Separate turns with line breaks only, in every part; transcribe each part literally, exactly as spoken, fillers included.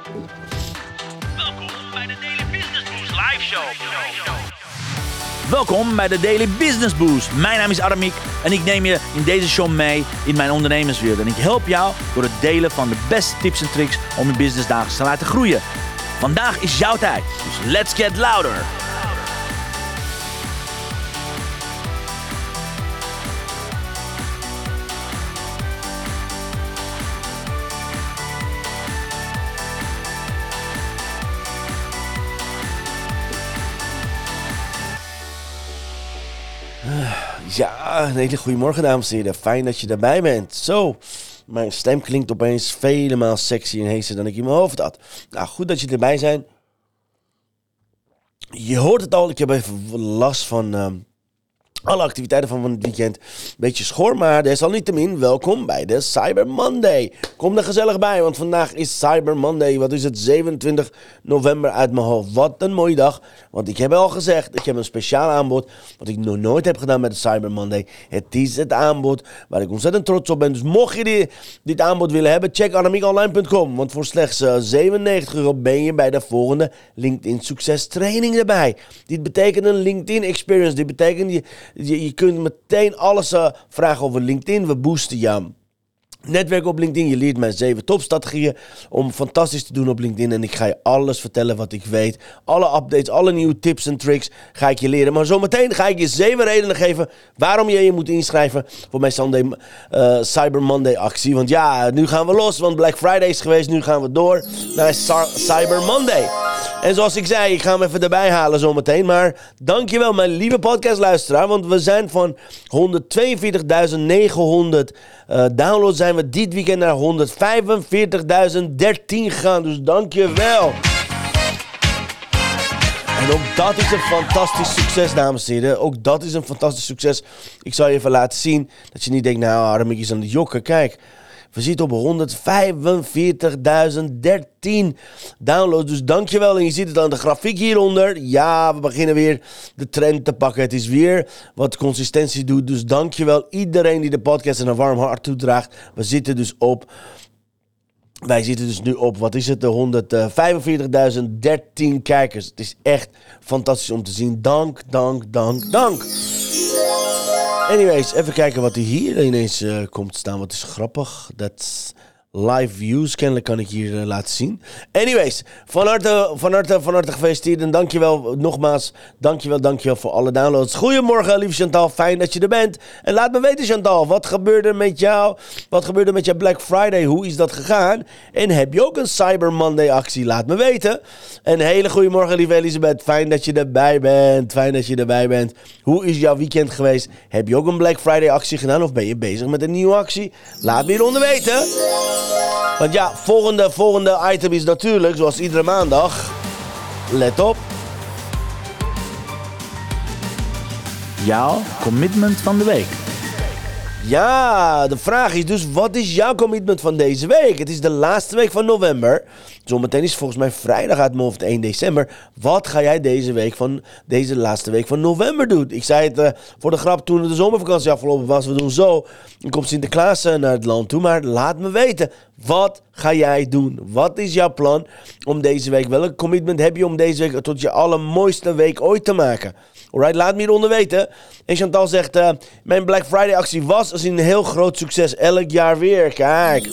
Welkom bij de Daily Business Boost Live Show.
Welkom bij de Daily Business Boost. Mijn naam is Aramik en ik neem je in deze show mee in mijn ondernemerswereld. En ik help jou door het delen van de beste tips en tricks om je business dagelijks te laten groeien. Vandaag is jouw tijd, dus let's get louder.
Ja, een hele goede morgen, dames en heren. Fijn dat je erbij bent. Zo, mijn stem klinkt opeens vele maal sexy en heeser dan ik in mijn hoofd had. Nou, goed dat je erbij bent. Je hoort het al, ik heb even last van uh, alle activiteiten van het weekend. Beetje schor, maar desalniettemin welkom bij de Cyber Monday. Kom er gezellig bij, want vandaag is Cyber Monday. Wat is het? zevenentwintig november uit mijn hoofd. Wat een mooie dag. Want ik heb al gezegd, ik heb een speciaal aanbod. Wat ik nog nooit heb gedaan met de Cyber Monday. Het is het aanbod waar ik ontzettend trots op ben. Dus mocht je die, dit aanbod willen hebben, check aramiekonline punt com. Want voor slechts uh, zevenennegentig euro ben je bij de volgende LinkedIn Succes training erbij. Dit betekent een LinkedIn experience. Dit betekent, je, je, je kunt meteen alles uh, vragen over LinkedIn. We boosten jou. Netwerk op LinkedIn. Je leert mij zeven topstrategieën om fantastisch te doen op LinkedIn. En ik ga je alles vertellen wat ik weet. Alle updates, alle nieuwe tips en tricks ga ik je leren. Maar zometeen ga ik je zeven redenen geven waarom je je moet inschrijven voor mijn Sunday, uh, Cyber Monday actie. Want ja, nu gaan we los, want Black Friday is geweest. Nu gaan we door naar Cyber Monday. En zoals ik zei, ik ga hem even erbij halen zometeen. Maar dankjewel mijn lieve podcastluisteraar. Want we zijn van honderdtweeënveertigduizend negenhonderd uh, downloads zijn we dit weekend naar honderdvijfenveertigduizend dertien gegaan. Dus dankjewel. En ook dat is een fantastisch succes, dames en heren. Ook dat is een fantastisch succes. Ik zal je even laten zien dat je niet denkt, nou, Aramik is aan het jokken. Kijk. We zitten op honderdvijfenveertigduizend dertien downloads. Dus dankjewel. En je ziet het aan de grafiek hieronder. Ja, we beginnen weer de trend te pakken. Het is weer wat consistentie doet. Dus dankjewel iedereen die de podcast een warm hart toedraagt. We zitten dus op... Wij zitten dus nu op, wat is het, de honderdvijfenveertigduizend dertien kijkers. Het is echt fantastisch om te zien. Dank, dank, dank, dank. Anyways, even kijken wat er hier ineens uh, komt staan. Wat is grappig. Dat live views, kennelijk kan ik hier uh, laten zien. Anyways, van harte, van harte, van harte gefeliciteerd. En dankjewel nogmaals. Dankjewel, dankjewel voor alle downloads. Goedemorgen, lieve Chantal. Fijn dat je er bent. En laat me weten, Chantal. Wat gebeurde met jou? Wat gebeurde met jouw Black Friday? Hoe is dat gegaan? En heb je ook een Cyber Monday actie? Laat me weten. En hele goedemorgen, lieve Elisabeth. Fijn dat je erbij bent. Fijn dat je erbij bent. Hoe is jouw weekend geweest? Heb je ook een Black Friday actie gedaan? Of ben je bezig met een nieuwe actie? Laat me hieronder weten. Want ja, volgende, volgende item is natuurlijk, zoals iedere maandag, let op.
Jouw commitment van de week.
Ja, de vraag is dus, wat is jouw commitment van deze week? Het is de laatste week van november. Zometeen is volgens mij vrijdag uit mijn hoofd één december. Wat ga jij deze week van deze laatste week van november doen? Ik zei het uh, voor de grap toen de zomervakantie afgelopen was. We doen zo. Dan komt Sinterklaas uh, naar het land toe. Maar laat me weten. Wat ga jij doen? Wat is jouw plan om deze week? Welk commitment heb je om deze week tot je allermooiste week ooit te maken? Alright, laat me hieronder weten. En Chantal zegt, uh, mijn Black Friday actie was als een heel groot succes. Elk jaar weer. Kijk.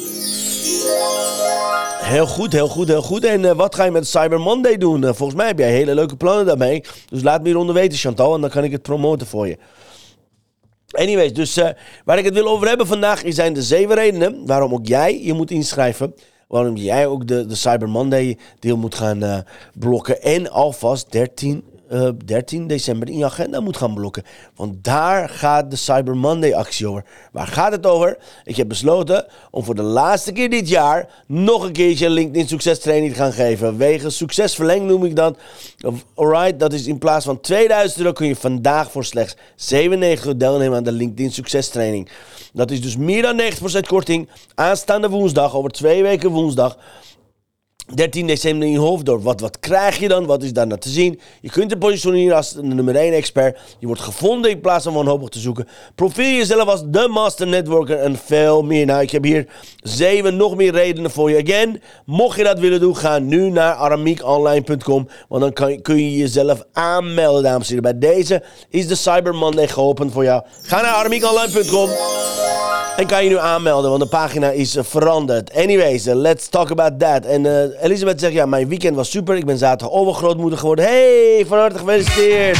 Heel goed, heel goed, heel goed. En uh, wat ga je met Cyber Monday doen? Uh, volgens mij heb jij hele leuke plannen daarmee. Dus laat me hieronder weten, Chantal. En dan kan ik het promoten voor je. Anyways, dus uh, waar ik het wil over hebben vandaag zijn de zeven redenen waarom ook jij je moet inschrijven. Waarom jij ook de, de Cyber Monday deel moet gaan uh, blokken. En alvast dertien uh, dertien december in je agenda moet gaan blokken. Want daar gaat de Cyber Monday actie over. Waar gaat het over? Ik heb besloten om voor de laatste keer dit jaar nog een keertje een LinkedIn succestraining te gaan geven. Wegens succesverleng noem ik dat. Alright, dat is in plaats van tweeduizend euro kun je vandaag voor slechts zevenennegentig euro deelnemen aan de LinkedIn succestraining. Dat is dus meer dan negentig procent korting. Aanstaande woensdag, over twee weken woensdag. dertien december in Hoofddorp. Wat, wat krijg je dan? Wat is daar nou te zien? Je kunt je positioneren als de nummer één expert. Je wordt gevonden in plaats van wanhopig te zoeken. Profiel jezelf als de master networker en veel meer. Nou, ik heb hier zeven nog meer redenen voor je. Again, mocht je dat willen doen, ga nu naar aramiek online punt com. Want dan kan je, kun je jezelf aanmelden, dames en heren. Bij deze is de Cyber Monday geopend voor jou. Ga naar aramiek online punt com. En kan je nu aanmelden, want de pagina is uh, veranderd. Anyways, uh, let's talk about that. En uh, Elisabeth zegt, ja, mijn weekend was super. Ik ben zaterdag overgrootmoeder geworden. Hey, van harte gefeliciteerd.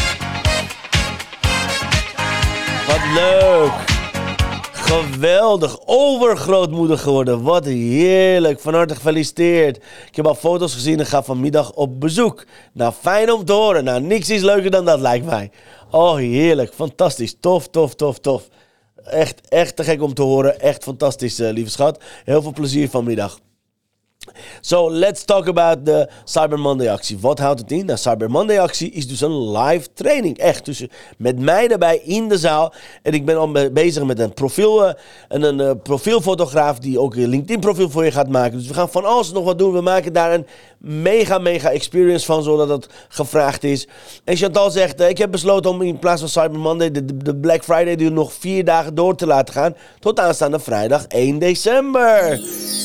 Wat leuk. Geweldig. Overgrootmoeder geworden. Wat heerlijk. Van harte gefeliciteerd. Ik heb al foto's gezien en ga vanmiddag op bezoek. Nou, fijn om te horen. Nou, niks is leuker dan dat, lijkt mij. Oh, heerlijk. Fantastisch. Tof, tof, tof, tof. Echt, echt te gek om te horen. Echt fantastisch, uh, lieve schat. Heel veel plezier vanmiddag. So, let's talk about de Cyber Monday actie. Wat houdt het in? Nou, Cyber Monday actie is dus een live training. Echt, dus met mij erbij in de zaal. En ik ben al bezig met een profiel, uh, en een uh, profielfotograaf die ook een LinkedIn profiel voor je gaat maken. Dus we gaan van alles nog wat doen. We maken daar een mega, mega experience van, zodat het gevraagd is. En Chantal zegt, uh, ik heb besloten om in plaats van Cyber Monday de, de, de Black Friday die nog vier dagen door te laten gaan. Tot aanstaande vrijdag één december.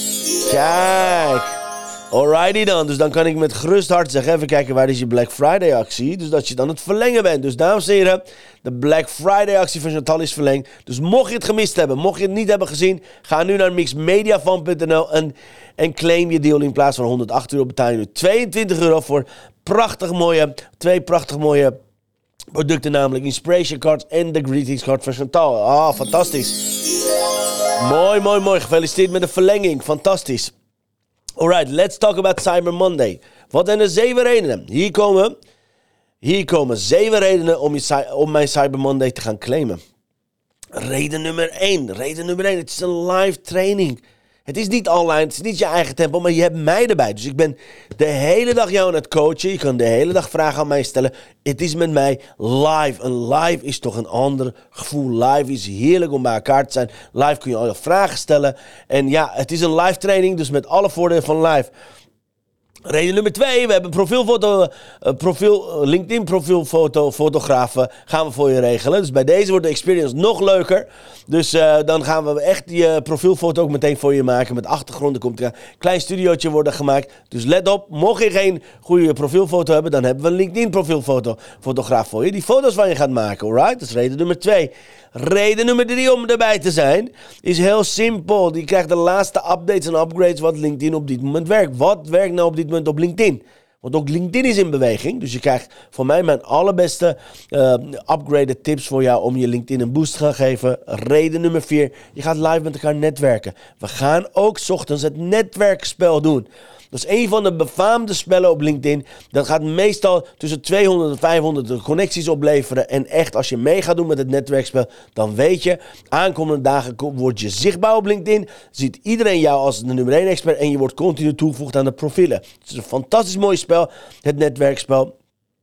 Kijk. Alrighty dan. Dus dan kan ik met gerust hart zeggen, even kijken, waar is je Black Friday actie? Dus dat je dan het verlengen bent. Dus dames en heren, de Black Friday actie van Chantal is verlengd. Dus mocht je het gemist hebben, mocht je het niet hebben gezien, ga nu naar mixmediafan punt n l en, en claim je deal. In plaats van honderdacht euro betaal je nu tweeëntwintig euro voor prachtig mooie, twee prachtig mooie producten, namelijk Inspiration Cards en de Greetings Card van Chantal. Ah, oh, fantastisch. Mooi, mooi, mooi. Gefeliciteerd met de verlenging. Fantastisch. Alright, let's talk about Cyber Monday. Wat zijn de zeven redenen? Hier komen, hier komen zeven redenen om, je, om mijn Cyber Monday te gaan claimen. Reden nummer één. Reden nummer één. Het is een live training. Het is niet online, het is niet je eigen tempo, maar je hebt mij erbij. Dus ik ben de hele dag jou aan het coachen. Je kan de hele dag vragen aan mij stellen. Het is met mij live. En live is toch een ander gevoel. Live is heerlijk om bij elkaar te zijn. Live kun je al je vragen stellen. En ja, het is een live training, dus met alle voordelen van live. Reden nummer twee, we hebben profielfoto, uh, profiel, LinkedIn profielfoto, fotografen gaan we voor je regelen. Dus bij deze wordt de experience nog leuker. Dus uh, dan gaan we echt die uh, profielfoto ook meteen voor je maken. Met achtergronden komt er een klein studiootje worden gemaakt. Dus let op, mocht je geen goede profielfoto hebben, dan hebben we een LinkedIn profielfoto fotograaf voor je. Die foto's van je gaat maken, alright? Dat is reden nummer twee. Reden nummer drie om erbij te zijn is heel simpel. Je krijgt de laatste updates en upgrades wat LinkedIn op dit moment werkt. Wat werkt nou op dit moment op LinkedIn? Want ook LinkedIn is in beweging. Dus je krijgt van mij mijn allerbeste uh, upgraded tips voor jou om je LinkedIn een boost te gaan geven. Reden nummer vier. Je gaat live met elkaar netwerken. We gaan ook 's ochtends het netwerkspel doen. Dat is een van de befaamde spellen op LinkedIn. Dat gaat meestal tussen tweehonderd en vijfhonderd connecties opleveren. En echt, als je mee gaat doen met het netwerkspel, dan weet je, aankomende dagen word je zichtbaar op LinkedIn. Ziet iedereen jou als de nummer één expert en je wordt continu toegevoegd aan de profielen. Het is een fantastisch mooi spel, het netwerkspel.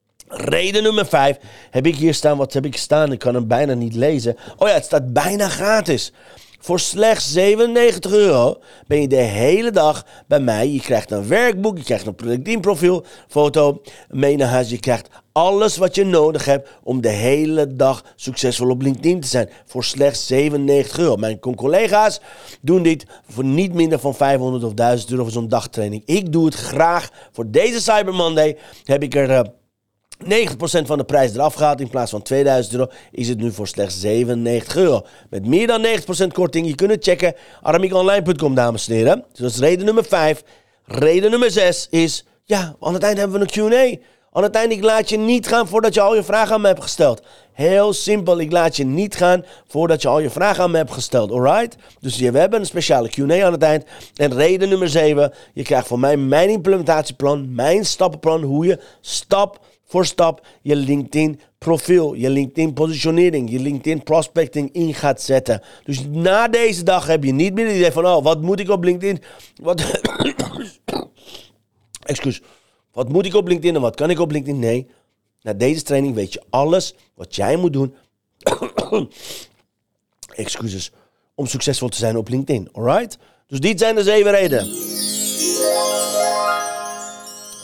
Reden nummer vijf heb ik hier staan. Wat heb ik staan? Ik kan hem bijna niet lezen. Oh ja, het staat bijna gratis. Voor slechts zevenennegentig euro ben je de hele dag bij mij. Je krijgt een werkboek, je krijgt een LinkedIn profielfoto mee naar huis. Je krijgt alles wat je nodig hebt om de hele dag succesvol op LinkedIn te zijn. Voor slechts zevenennegentig euro. Mijn collega's doen dit voor niet minder van vijfhonderd of duizend euro voor zo'n dagtraining. Ik doe het graag. Voor deze Cyber Monday heb ik er Uh, negentig procent van de prijs eraf gehaald. In plaats van tweeduizend euro is het nu voor slechts zevenennegentig euro. Met meer dan negentig procent korting. Je kunt het checken. aramiek online punt com, dames en heren. Dus dat is reden nummer vijf. Reden nummer zes is, ja, aan het eind hebben we een Q en A. Aan het eind, ik laat je niet gaan voordat je al je vragen aan me hebt gesteld. Heel simpel, ik laat je niet gaan voordat je al je vragen aan me hebt gesteld, alright? Dus we hebben een speciale Q en A aan het eind. En reden nummer zeven, je krijgt van mij mijn implementatieplan, mijn stappenplan, hoe je stap voor stap je LinkedIn profiel, je LinkedIn positionering, je LinkedIn prospecting in gaat zetten. Dus na deze dag heb je niet meer het idee van, oh, wat moet ik op LinkedIn? Wat Excuus. Wat moet ik op LinkedIn en wat kan ik op LinkedIn? Nee. Na deze training weet je alles wat jij moet doen. Excuses. Om succesvol te zijn op LinkedIn. Alright? Dus dit zijn de zeven redenen.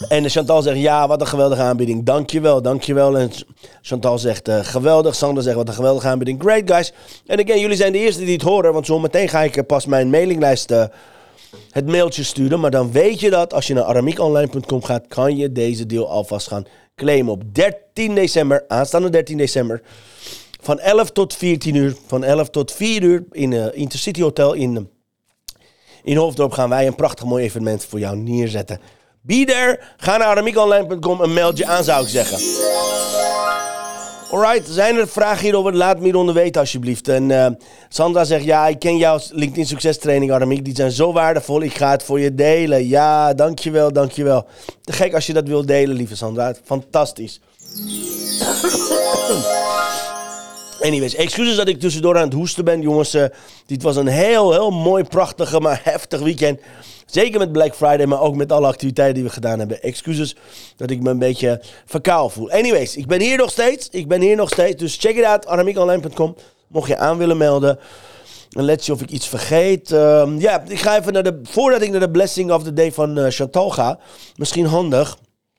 En Chantal zegt, ja, wat een geweldige aanbieding. Dankjewel, dankjewel. En Chantal zegt, uh, geweldig. Sandra zegt, wat een geweldige aanbieding. Great, guys. En again, jullie zijn de eerste die het horen. Want zo meteen ga ik uh, pas mijn mailinglijst uh, het mailtje sturen. Maar dan weet je dat als je naar aramiekonline punt com gaat, kan je deze deal alvast gaan claimen op dertien december. Aanstaande dertien december. Van elf tot veertien uur. Van elf tot vier uur in uh, Intercity Hotel in, uh, in Hoofddorp gaan wij een prachtig mooi evenement voor jou neerzetten. Be there. Ga naar aramiekonline punt com en meld je aan, zou ik zeggen. Alright, zijn er vragen hierover? Laat me hieronder weten alsjeblieft. En uh, Sandra zegt, ja, ik ken jouw LinkedIn succestraining, Aramiek. Die zijn zo waardevol, ik ga het voor je delen. Ja, dankjewel, dankjewel. Te gek als je dat wilt delen, lieve Sandra. Fantastisch. Anyways, excuses dat ik tussendoor aan het hoesten ben, jongens. Uh, dit was een heel, heel mooi, prachtige, maar heftig weekend. Zeker met Black Friday, maar ook met alle activiteiten die we gedaan hebben. Excuses dat ik me een beetje verkouden voel. Anyways, ik ben hier nog steeds. Ik ben hier nog steeds. Dus check it out, aramiekonline punt com. Mocht je aan willen melden. En let's see of ik iets vergeet. Ja, uh, yeah, ik ga even naar de... Voordat ik naar de Blessing of the Day van uh, Chantal ga. Misschien handig.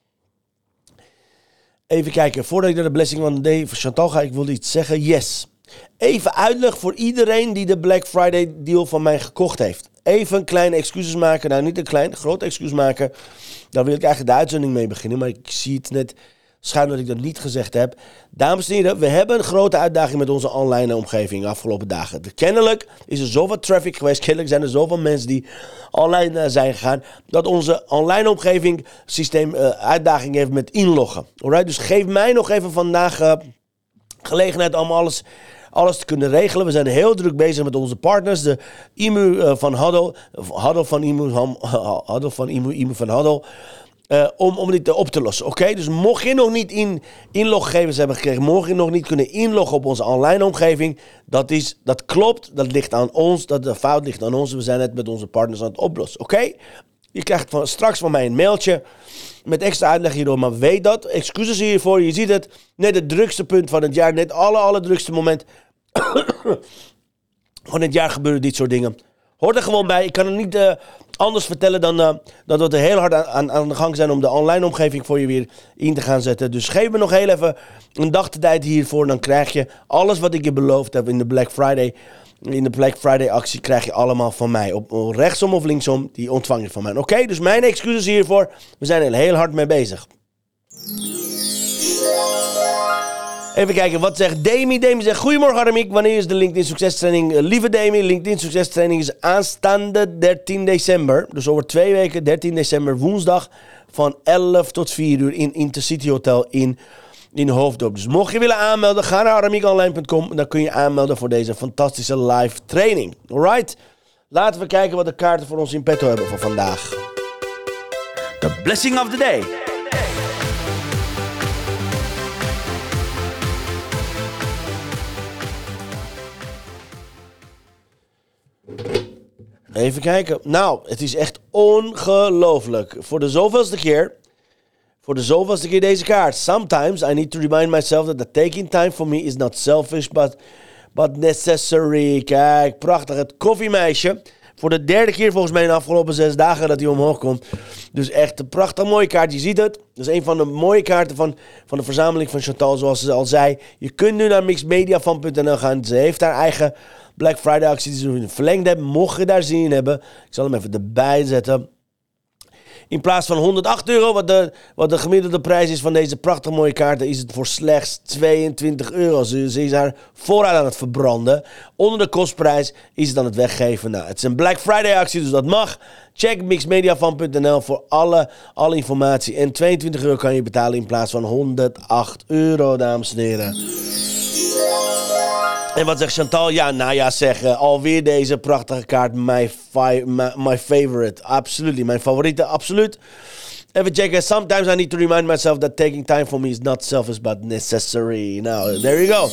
Even kijken. Voordat ik naar de Blessing of the Day van Chantal ga. Ik wilde iets zeggen. Yes. Even uitleg voor iedereen die de Black Friday deal van mij gekocht heeft. Even een kleine excuses maken. Nou, niet een klein, een groot excuus maken. Daar wil ik eigenlijk de uitzending mee beginnen. Maar ik zie het net schuin dat ik dat niet gezegd heb. Dames en heren, we hebben een grote uitdaging met onze online omgeving de afgelopen dagen. De, kennelijk is er zoveel traffic geweest. Kennelijk zijn er zoveel mensen die online uh, zijn gegaan. Dat onze online omgeving systeem uh, uitdaging heeft met inloggen. Alright, dus geef mij nog even vandaag uh, gelegenheid om alles... Alles te kunnen regelen. We zijn heel druk bezig met onze partners. De I M U uh, van Huddle. Huddle van I M U. Huddle van I M U. I M U van Huddle. Uh, om, om dit op te lossen. Oké? Okay? Dus mocht je nog niet in, inloggegevens hebben gekregen. Mocht je nog niet kunnen inloggen op onze online omgeving. Dat, is, dat klopt. Dat ligt aan ons. Dat de fout ligt aan ons. We zijn het met onze partners aan het oplossen. Oké? Okay? Je krijgt van, straks van mij een mailtje. Met extra uitleg hierdoor, maar weet dat. Excuses hiervoor, je ziet het. Net het drukste punt van het jaar. Net alle, alle drukste moment van het jaar gebeuren dit soort dingen. Hoort er gewoon bij. Ik kan het niet uh, anders vertellen dan uh, dat we er heel hard aan, aan de gang zijn om de online omgeving voor je weer in te gaan zetten. Dus geef me nog heel even een dag de tijd hiervoor. Dan krijg je alles wat ik je beloofd heb in de Black Friday. In de Black Friday actie krijg je allemaal van mij. Op, op rechtsom of linksom, die ontvang je van mij. Oké, okay, dus mijn excuses hiervoor. We zijn er heel hard mee bezig. Even kijken, wat zegt Demi? Demi zegt, goedemorgen Aramiek, wanneer is de LinkedIn succestraining? Uh, lieve Demi, LinkedIn succestraining is aanstaande dertien december. Dus over twee weken, dertien december, woensdag, van elf tot vier uur in Intercity Hotel in, in Hoofddorp. Dus mocht je willen aanmelden, ga naar aramiekonline punt com. Dan kun je aanmelden voor deze fantastische live training. Alright? Laten we kijken wat de kaarten voor ons in petto hebben voor vandaag.
The Blessing of the Day.
Even kijken. Nou, het is echt ongelooflijk. Voor de zoveelste keer. Voor de zoveelste keer deze kaart. Sometimes I need to remind myself that the taking time for me is not selfish, but, but necessary. Kijk, prachtig. Het koffiemeisje. Voor de derde keer volgens mij in de afgelopen zes dagen dat hij omhoog komt. Dus echt een prachtig mooie kaart. Je ziet het. Dat is een van de mooie kaarten van, van de verzameling van Chantal. Zoals ze al zei. Je kunt nu naar mixedmediafan punt n l gaan. Ze heeft haar eigen Black Friday actie die ze verlengd hebben. Mocht je daar zin in hebben. Ik zal hem even erbij zetten. In plaats van honderdacht euro, wat de, wat de gemiddelde prijs is van deze prachtig mooie kaarten, is het voor slechts tweeëntwintig euro. Ze, ze is haar voorraad aan het verbranden. Onder de kostprijs is het aan het weggeven. Nou, het is een Black Friday actie, dus dat mag. Check mixedmediafan punt n l voor alle, alle informatie. En tweeëntwintig euro kan je betalen in plaats van honderdacht euro, dames en heren. En wat zegt Chantal? Ja, nou ja, zeg, uh, alweer deze prachtige kaart. My, fi- my, my favorite. Absoluut. Mijn favoriete, absoluut. Even checken. Sometimes I need to remind myself that taking time for me is not selfish, but necessary. Nou, there you go.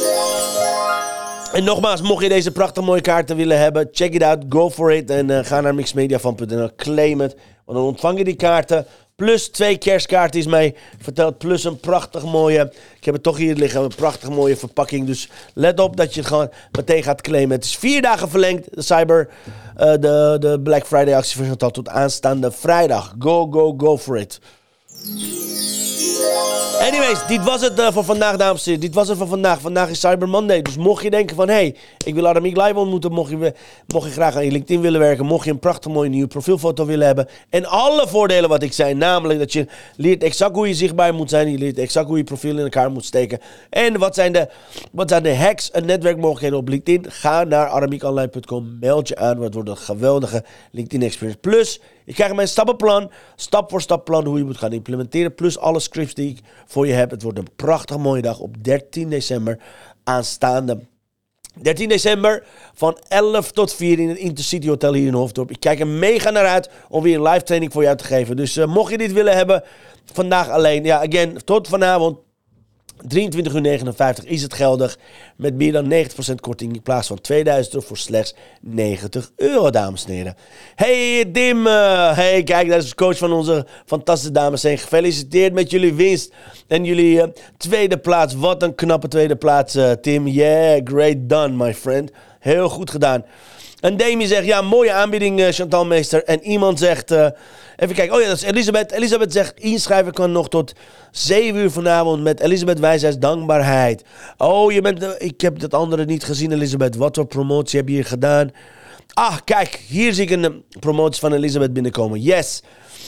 En nogmaals, mocht je deze prachtige mooie kaarten willen hebben, check it out, go for it. En uh, ga naar mixedmediafan punt n l, claim het. Want dan ontvang je die kaarten. Plus twee kerstkaarten is mij verteld. Plus een prachtig mooie... Ik heb het toch hier liggen. Een prachtig mooie verpakking. Dus let op dat je het gewoon meteen gaat claimen. Het is vier dagen verlengd. De Cyber... Uh, de, de Black Friday actie van Chantal tot aanstaande vrijdag. Go, go, go for it. Anyways, dit was het uh, voor vandaag, dames en heren. Dit was het voor vandaag. Vandaag is Cyber Monday. Dus mocht je denken van, hé, hey, ik wil Aramik live ontmoeten. Mocht je, mocht je graag aan je LinkedIn willen werken. Mocht je een prachtig mooie nieuwe profielfoto willen hebben. En alle voordelen wat ik zei. Namelijk dat je leert exact hoe je zichtbaar moet zijn. Je leert exact hoe je profiel in elkaar moet steken. En wat zijn de, wat zijn de hacks en netwerkmogelijkheden op LinkedIn? Ga naar aramiekonline punt com. Meld je aan. Het wordt een geweldige LinkedIn experience. Plus, je krijgt mijn stappenplan. Stap voor stap plan hoe je moet gaan implementeren. Plus alle scripts die ik voor je heb. Het wordt een prachtig mooie dag op dertien december aanstaande. dertien december van elf tot vier in het Intercity Hotel hier in Hoofddorp. Ik kijk er mega naar uit om weer een live training voor jou te geven. Dus uh, mocht je dit willen hebben, vandaag alleen. Ja, again, tot vanavond. drieëntwintig uur negenenvijftig is het geldig. Met meer dan negentig procent korting in plaats van tweeduizend euro voor slechts negentig euro, dames en heren. Hey Tim, uh, hey kijk, dat is de coach van onze fantastische dames en gefeliciteerd met jullie winst. En jullie uh, tweede plaats, wat een knappe tweede plaats uh, Tim. Yeah, great done my friend. Heel goed gedaan. En Demi zegt, ja, mooie aanbieding, uh, Chantal Meester. En iemand zegt, uh, even kijken, oh ja, dat is Elisabeth. Elisabeth zegt, inschrijven kan nog tot zeven uur vanavond met Elisabeth Wijshuis Dankbaarheid. Oh, je bent, uh, ik heb dat andere niet gezien, Elisabeth. Wat voor promotie heb je hier gedaan? Ah, kijk, hier zie ik een uh, promotie van Elisabeth binnenkomen. Yes.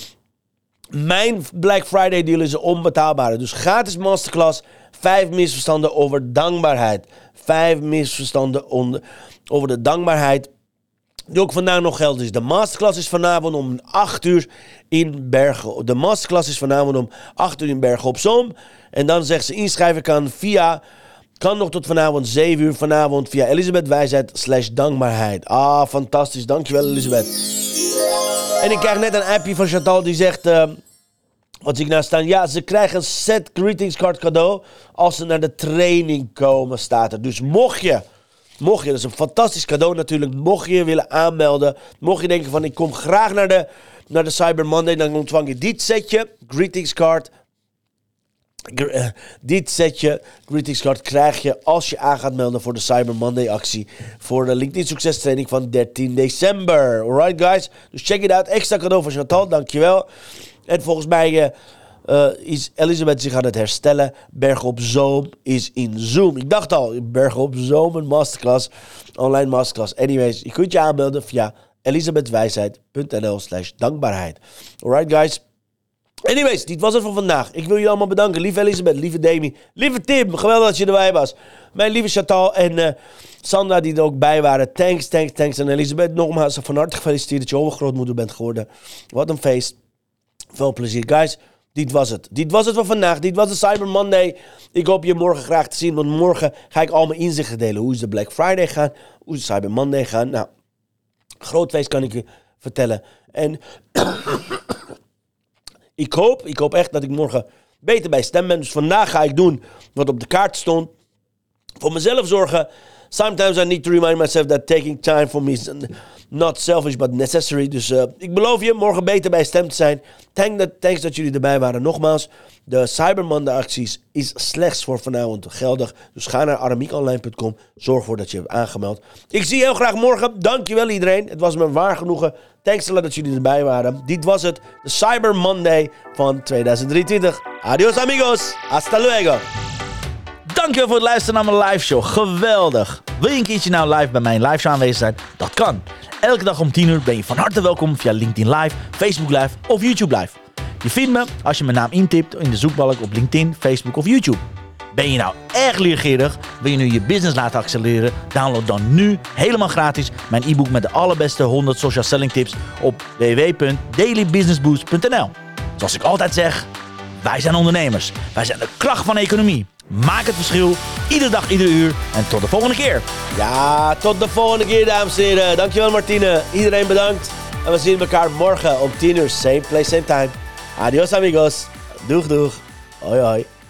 Mijn Black Friday deal is een onbetaalbare. Dus gratis masterclass, vijf misverstanden over dankbaarheid. Vijf misverstanden onder, over de dankbaarheid. Die ook vandaag nog geldt is. De masterclass is vanavond om acht uur in Bergen. De masterclass is vanavond om acht uur in Bergen op Zoom. En dan zegt ze inschrijven kan via... Kan nog tot vanavond zeven uur vanavond via Elisabeth Wijsheid slash dankbaarheid. Ah, fantastisch. Dankjewel Elisabeth. En ik krijg net een appje van Chantal die zegt... Uh, wat zie ik nou staan? Ja, ze krijgen een set greetings card cadeau als ze naar de training komen, staat er. Dus mocht je... Mocht je, dat is een fantastisch cadeau natuurlijk. Mocht je je willen aanmelden. Mocht je denken van ik kom graag naar de, naar de Cyber Monday. Dan ontvang je dit setje. Greetings card. Uh, dit setje. Greetings card krijg je als je aan gaat melden voor de Cyber Monday actie. Voor de LinkedIn Succes Training van dertien december. Alright guys. Dus check it out. Extra cadeau van Chantal. Dankjewel. En volgens mij... Uh, Uh, is Elisabeth zich aan het herstellen. Bergen op Zoom is in Zoom. Ik dacht al, Bergen op Zoom, een masterclass. Online masterclass. Anyways, je kunt je aanmelden via elisabethwijsheid punt n l slash dankbaarheid. Alright guys. Anyways, dit was het voor vandaag. Ik wil jullie allemaal bedanken. Lieve Elisabeth, lieve Demi, lieve Tim. Geweldig dat je erbij was. Mijn lieve Chantal en uh, Sandra die er ook bij waren. Thanks, thanks, thanks. En Elisabeth, nogmaals van harte gefeliciteerd dat je overgrootmoeder bent geworden. Wat een feest. Veel plezier guys. Dit was het. Dit was het voor vandaag. Dit was de Cyber Monday. Ik hoop je morgen graag te zien. Want morgen ga ik al mijn inzichten delen. Hoe is de Black Friday gaan? Hoe is de Cyber Monday gaan? Nou, groot feest kan ik je vertellen. En ik hoop, ik hoop echt dat ik morgen beter bij stem ben. Dus vandaag ga ik doen wat op de kaart stond. Voor mezelf zorgen. Sometimes I need to remind myself that taking time for me is not selfish, but necessary. Dus uh, ik beloof je morgen beter bij stem te zijn. Thank that, thanks dat jullie erbij waren. Nogmaals, de Cyber Monday acties is slechts voor vanavond geldig. Dus ga naar aramiekonline punt com. Zorg ervoor dat je hebt aangemeld. Ik zie je heel graag morgen. Dankjewel iedereen. Het was me waar genoegen. Thanks a lot dat jullie erbij waren. Dit was het. De Cyber Monday van tweeduizend drieëntwintig. Adios amigos. Hasta luego.
Dankjewel voor het luisteren naar mijn live show. Geweldig. Wil je een keertje nou live bij mijn live show aanwezig zijn? Dat kan. Elke dag om tien uur ben je van harte welkom via LinkedIn Live, Facebook Live of YouTube Live. Je vindt me als je mijn naam intipt in de zoekbalk op LinkedIn, Facebook of YouTube. Ben je nou erg leergierig? Wil je nu je business laten accelereren? Download dan nu helemaal gratis mijn e-book met de allerbeste honderd social selling tips op w w w punt daily business boost punt n l. Zoals ik altijd zeg, wij zijn ondernemers. Wij zijn de kracht van de economie. Maak het verschil, iedere dag, iedere uur. En tot de volgende keer.
Ja, tot de volgende keer, dames en heren. Dankjewel, Martine. Iedereen bedankt. En we zien elkaar morgen om tien uur. Same place, same time. Adios, amigos. Doeg, doeg. Hoi, hoi.